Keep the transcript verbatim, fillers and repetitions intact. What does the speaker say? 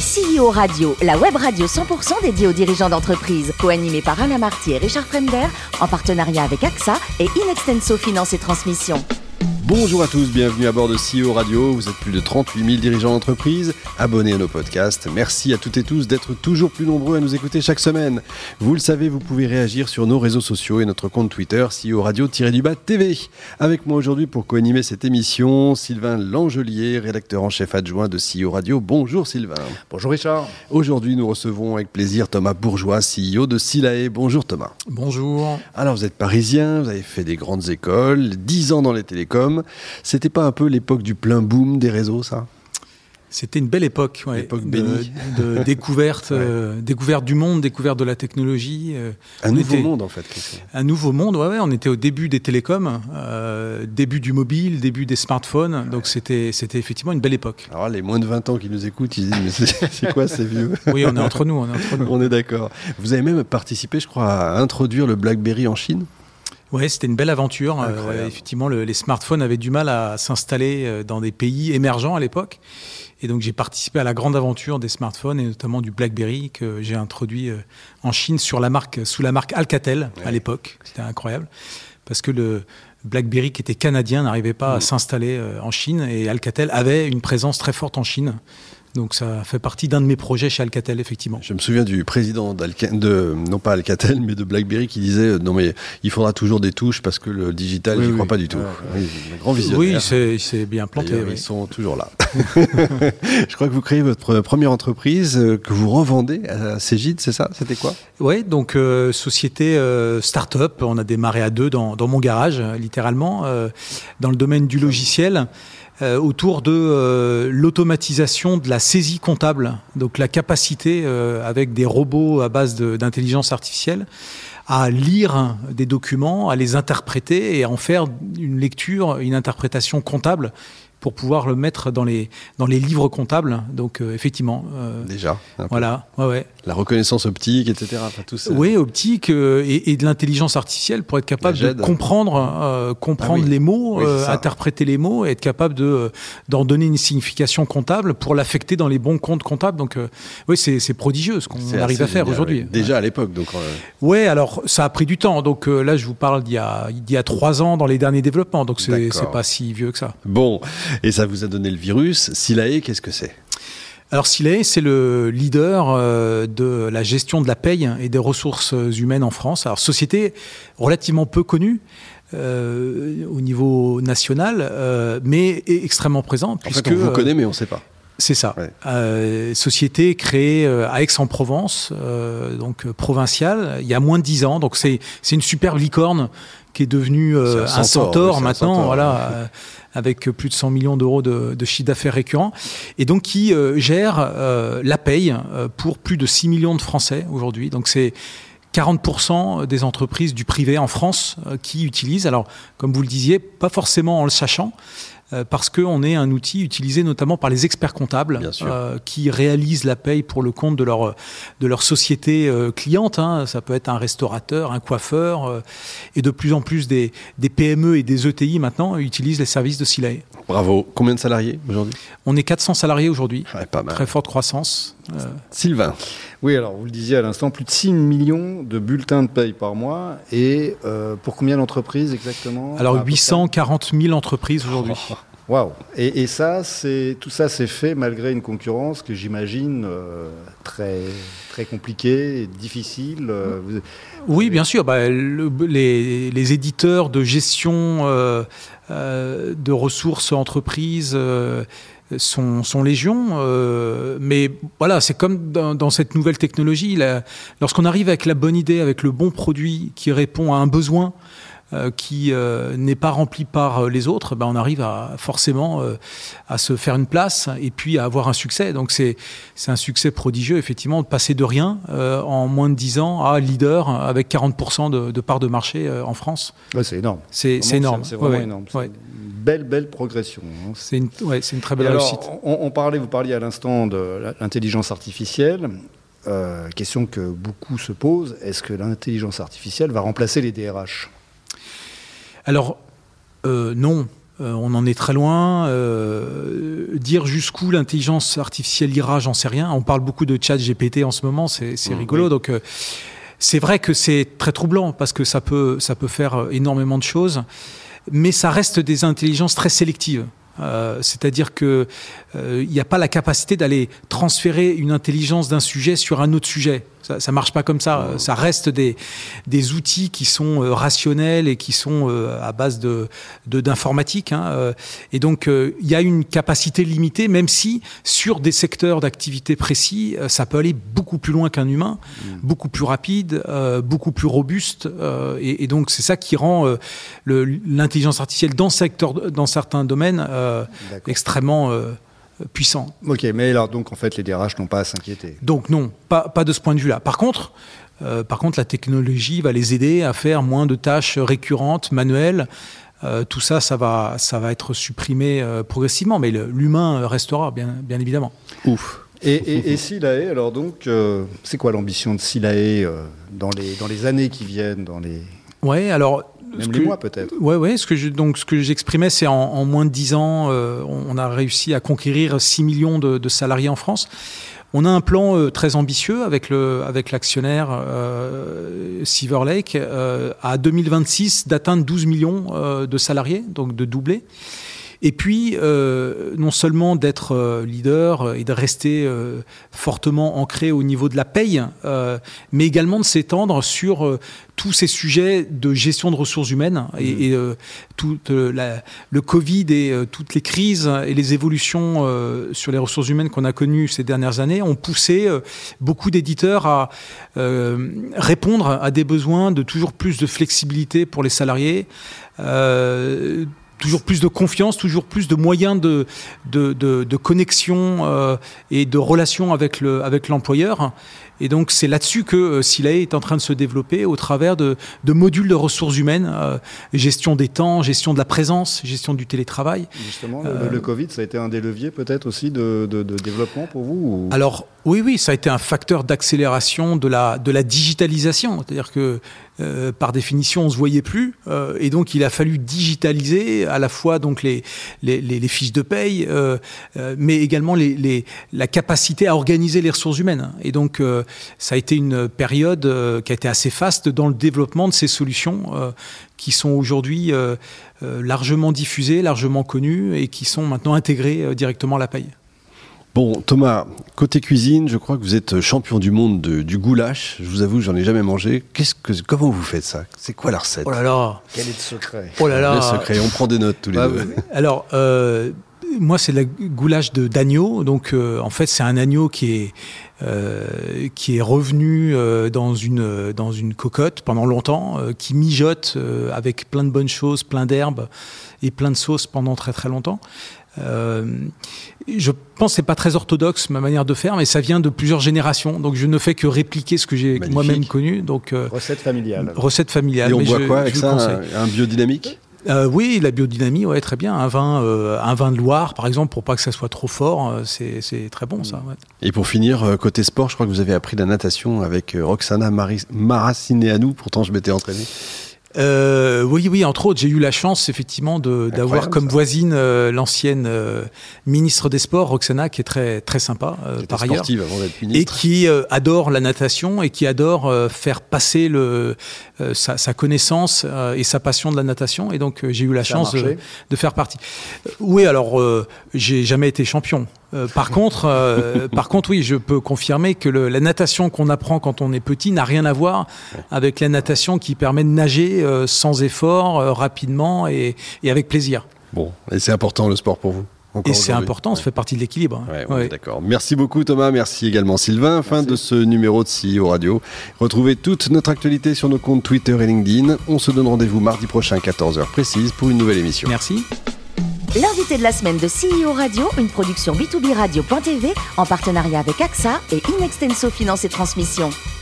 C E O Radio, la web radio cent pour cent dédiée aux dirigeants d'entreprise, co-animée par Alain Marty et Richard Fremder, en partenariat avec A X A et Inextenso Finance et Transmission. Bonjour à tous, bienvenue à bord de C E O Radio. Vous êtes plus de trente-huit mille dirigeants d'entreprise, abonnés à nos podcasts. Merci à toutes et tous d'être toujours plus nombreux à nous écouter chaque semaine. Vous le savez, vous pouvez réagir sur nos réseaux sociaux et notre compte Twitter C E O Radio-du-bas T V. Avec moi aujourd'hui pour co-animer cette émission, Sylvain Langelier, rédacteur en chef adjoint de C E O Radio. Bonjour Sylvain. Bonjour Richard. Aujourd'hui, nous recevons avec plaisir Thomas Bourgeois, C E O de Silae. Bonjour Thomas. Bonjour. Alors vous êtes parisien, vous avez fait des grandes écoles, dix ans dans les télécoms. C'était pas un peu l'époque du plein boom des réseaux, ça ? C'était une belle époque, ouais, l'époque de, bénie. de découverte, Ouais. euh, découverte du monde, découverte de la technologie. Euh, Un on nouveau était- monde en fait. Christian. Un nouveau monde, ouais, ouais, on était au début des télécoms, euh, début du mobile, début des smartphones, donc c'était, c'était effectivement une belle époque. Alors les moins de vingt ans qui nous écoutent, ils disent mais c'est, c'est quoi ces vieux ? Oui, on est entre nous, on est entre nous. On est d'accord. Vous avez même participé, je crois, à introduire le BlackBerry en Chine. Ouais, c'était une belle aventure. Incroyable. Euh, effectivement, le- les smartphones avaient du mal à s'installer euh, dans des pays émergents à l'époque. Et donc, j'ai participé à la grande aventure des smartphones et notamment du BlackBerry que j'ai introduit euh, en Chine sur la marque, sous la marque Alcatel Ouais. à l'époque. C'était incroyable parce que le BlackBerry qui était canadien n'arrivait pas Mmh. à s'installer euh, en Chine et Alcatel avait une présence très forte en Chine. Donc, ça fait partie d'un de mes projets chez Alcatel, effectivement. Je me souviens du président d'Alca- de, non pas Alcatel, mais de BlackBerry qui disait euh, non mais il faudra toujours des touches parce que le digital, Oui, j'y oui. crois pas du tout. Ouais, Oui, un grand visionnaire. Oui, il s'est, il s'est bien planté. D'ailleurs, oui. ils sont toujours là. Je crois que vous créez votre première entreprise euh, que vous revendez à Cégide, c'est ça ? C'était quoi ? Oui, donc euh, société euh, start-up, on a démarré à deux dans, dans mon garage, euh, littéralement, euh, dans le domaine du logiciel, euh, autour de euh, l'automatisation de la saisie comptable, donc la capacité, euh, avec des robots à base de, d'intelligence artificielle, à lire des documents, à les interpréter et à en faire une lecture, une interprétation comptable pour pouvoir le mettre dans les, dans les livres comptables. Donc euh, effectivement, euh, Déjà. un peu. voilà, ouais, ouais. La reconnaissance optique, et cetera. Enfin, tout ça. Oui, optique euh, et, et de l'intelligence artificielle pour être capable La G E de D. comprendre, euh, comprendre Ah oui. les mots, Oui, c'est euh, ça. interpréter les mots et être capable de, euh, d'en donner une signification comptable pour l'affecter dans les bons comptes comptables. Donc, euh, oui, c'est, c'est prodigieux ce qu'on C'est arrive assez à faire génial, aujourd'hui. oui. Déjà à l'époque, donc. euh, Ouais, alors ça a pris du temps. Donc euh, là, je vous parle d'il y a, d'il y a trois ans dans les derniers développements. Donc c'est, D'accord. c'est pas si vieux que ça. Bon, et ça vous a donné le virus. Silae, qu'est-ce que c'est ? Alors Silae, c'est le leader euh, de la gestion de la paye et des ressources humaines en France. Alors société relativement peu connue euh, au niveau national, euh, mais extrêmement présente. En puisque fait, on vous euh, connaît, mais on ne sait pas. c'est ça. Ouais. Euh, société créée euh, à Aix-en-Provence, euh, donc euh, provinciale, il y a moins de dix ans. Donc c'est c'est une superbe licorne qui est devenue euh, C'est un un centaure, centaure oui, c'est un maintenant, centaure, voilà, ouais. euh, avec plus de cent millions d'euros de, de chiffre d'affaires récurrent, et donc qui euh, gère euh, la paye euh, pour plus de six millions de Français aujourd'hui. Donc c'est quarante pour cent des entreprises du privé en France euh, qui utilisent, alors comme vous le disiez, pas forcément en le sachant, euh, parce qu'on est un outil utilisé notamment par les experts comptables Bien sûr. euh, qui réalisent la paye pour le compte de leur, de leur société euh, cliente. Hein. Ça peut être un restaurateur, un coiffeur, euh, et de plus en plus des, des P M E et des E T I maintenant utilisent les services de Silae. Bravo. Combien de salariés aujourd'hui ? On est quatre cents salariés aujourd'hui, Ouais, pas mal. très forte croissance. Euh, Sylvain. Oui, alors vous le disiez à l'instant, plus de six millions de bulletins de paye par mois. Et euh, pour combien d'entreprises exactement ? alors À peu près huit cent quarante mille entreprises aujourd'hui. Waouh. Et, et ça, c'est tout ça, c'est fait malgré une concurrence que j'imagine euh, très très compliquée, et difficile. euh, vous- Oui, bien sûr. Bah, le- les, les éditeurs de gestion euh, euh, de ressources entreprises euh, sont, sont légion. Euh, mais voilà, c'est comme dans, dans cette nouvelle technologie. Là, lorsqu'on arrive avec la bonne idée, avec le bon produit qui répond à un besoin, euh, qui euh, n'est pas rempli par euh, les autres, ben on arrive à, forcément euh, à se faire une place et puis à avoir un succès. Donc c'est, c'est un succès prodigieux, effectivement, de passer de rien euh, en moins de dix ans à leader avec quarante pour cent de, de part de marché euh, en France. Ouais, c'est énorme. C'est, Vraiment, c'est énorme. C'est vraiment Ouais, énorme. C'est ouais. une belle, belle progression. hein. C'est une, ouais, c'est une très belle Et alors, réussite. on, on parlait, vous parliez à l'instant de l'intelligence artificielle. Euh, question que beaucoup se posent, est-ce que l'intelligence artificielle va remplacer les D R H ? Alors, euh, non. Euh, on en est très loin. Euh, dire jusqu'où l'intelligence artificielle ira, j'en sais rien. On parle beaucoup de chat G P T en ce moment, c'est, c'est mmh, rigolo. Oui. Donc, euh, c'est vrai que c'est très troublant parce que ça peut, ça peut faire énormément de choses, mais ça reste des intelligences très sélectives. Euh, c'est-à-dire qu'il n'y euh, a pas la capacité d'aller transférer une intelligence d'un sujet sur un autre sujet. Ça ne marche pas comme ça. Ça reste des, des outils qui sont euh, rationnels et qui sont euh, à base de, de, d'informatique. Hein, euh, et donc, il euh, y a une capacité limitée, même si sur des secteurs d'activité précis, euh, ça peut aller beaucoup plus loin qu'un humain, mmh. beaucoup plus rapide, euh, beaucoup plus robuste. Euh, et, et donc, c'est ça qui rend euh, le, l'intelligence artificielle dans, secteur, dans certains domaines euh, extrêmement... Euh, puissant. Ok, mais alors donc en fait les D R H n'ont pas à s'inquiéter. Donc non, pas, pas de ce point de vue-là. Par contre, euh, par contre, la technologie va les aider à faire moins de tâches récurrentes, manuelles. Euh, tout ça, ça va, ça va être supprimé euh, progressivement, mais le, l'humain restera bien, bien évidemment. Ouf. Et, et, et Silae, alors donc, euh, c'est quoi l'ambition de Silae euh, dans les dans les années qui viennent, dans les. Ouais, alors. Même les mois peut-être. Ouais, ouais. Ce que je, donc ce que j'exprimais, c'est en, en moins de dix ans, euh, on a réussi à conquérir six millions de, de salariés en France. On a un plan euh, très ambitieux avec le avec l'actionnaire euh, Silver Lake euh, à deux mille vingt-six d'atteindre douze millions euh, de salariés, donc de doubler. Et puis, euh, non seulement d'être euh, leader et de rester euh, fortement ancré au niveau de la paye, euh, mais également de s'étendre sur euh, tous ces sujets de gestion de ressources humaines. Mmh. Et, et euh, tout euh, la, le Covid et euh, toutes les crises et les évolutions euh, sur les ressources humaines qu'on a connues ces dernières années ont poussé euh, beaucoup d'éditeurs à euh, répondre à des besoins de toujours plus de flexibilité pour les salariés, euh, toujours plus de confiance, toujours plus de moyens de, de, de, de connexion euh, et de relation avec, le, avec l'employeur. Et donc, c'est là-dessus que euh, Silae est en train de se développer au travers de, de modules de ressources humaines, euh, gestion des temps, gestion de la présence, gestion du télétravail. Justement, euh, le, le Covid, ça a été un des leviers peut-être aussi de, de, de développement pour vous ou... Alors, oui, oui, ça a été un facteur d'accélération de la, de la digitalisation. C'est-à-dire que, euh, par définition, on ne se voyait plus. Euh, et donc, il a fallu digitaliser à la fois donc, les, les, les, les fiches de paye, euh, euh, mais également les, les, la capacité à organiser les ressources humaines. Et donc, euh, ça a été une période euh, qui a été assez faste dans le développement de ces solutions euh, qui sont aujourd'hui euh, euh, largement diffusées, largement connues et qui sont maintenant intégrées euh, directement à la paye. Bon, Thomas, côté cuisine, je crois que vous êtes champion du monde de, du goulash. Je vous avoue, j'en ai jamais mangé. Qu'est-ce que, comment vous faites ça ? C'est quoi la recette ? Oh là là ! Quel est le secret ? Oh là là ! Le secret, on prend des notes tous les ah, deux. Oui. Alors, euh, moi, c'est le goulash de, d'agneau. Donc, euh, en fait, c'est un agneau qui est, euh, qui est revenu euh, dans, une, dans une cocotte pendant longtemps, euh, qui mijote euh, avec plein de bonnes choses, plein d'herbes et plein de sauces pendant très très longtemps. Euh, je pense que c'est pas très orthodoxe ma manière de faire, mais ça vient de plusieurs générations, donc je ne fais que répliquer ce que j'ai Magnifique. moi-même connu. Donc euh, recette familiale. Recette familiale. Et on mais boit je, quoi avec ça, un, un biodynamique? Euh, oui, la biodynamie, ouais, très bien. Un vin, euh, un vin de Loire, par exemple, pour pas que ça soit trop fort, euh, c'est, c'est très bon, ça. Ouais. Et pour finir, euh, côté sport, je crois que vous avez appris la natation avec euh, Roxana Maris- Maracineanu. Pourtant, je m'étais entraîné. Euh, oui, oui, entre autres, j'ai eu la chance effectivement de, d'avoir comme ça. voisine euh, l'ancienne euh, ministre des Sports, Roxana, qui est très très sympa euh, par ailleurs, avant d'être ministre. Et qui euh, adore la natation et qui adore euh, faire passer le euh, sa, sa connaissance euh, et sa passion de la natation. Et donc euh, j'ai eu la ça chance de, de faire partie. Euh, oui, alors euh, j'ai jamais été champion. Euh, par contre, euh, par contre, oui, je peux confirmer que le, la natation qu'on apprend quand on est petit n'a rien à voir avec la natation qui permet de nager euh, sans effort, euh, rapidement et, et avec plaisir. Bon, et c'est important le sport pour vous. Encore et c'est important, ouais. Ça fait partie de l'équilibre. Ouais, ouais, ouais. D'accord. Merci beaucoup Thomas, merci également Sylvain. Merci. Fin de ce numéro de C E O Radio. Retrouvez toute notre actualité sur nos comptes Twitter et LinkedIn. On se donne rendez-vous mardi prochain à quatorze heures précise pour une nouvelle émission. Merci. L'invité de la semaine de C E O Radio, une production B deux B radio point T V en partenariat avec A X A et Inextenso Finance et Transmission.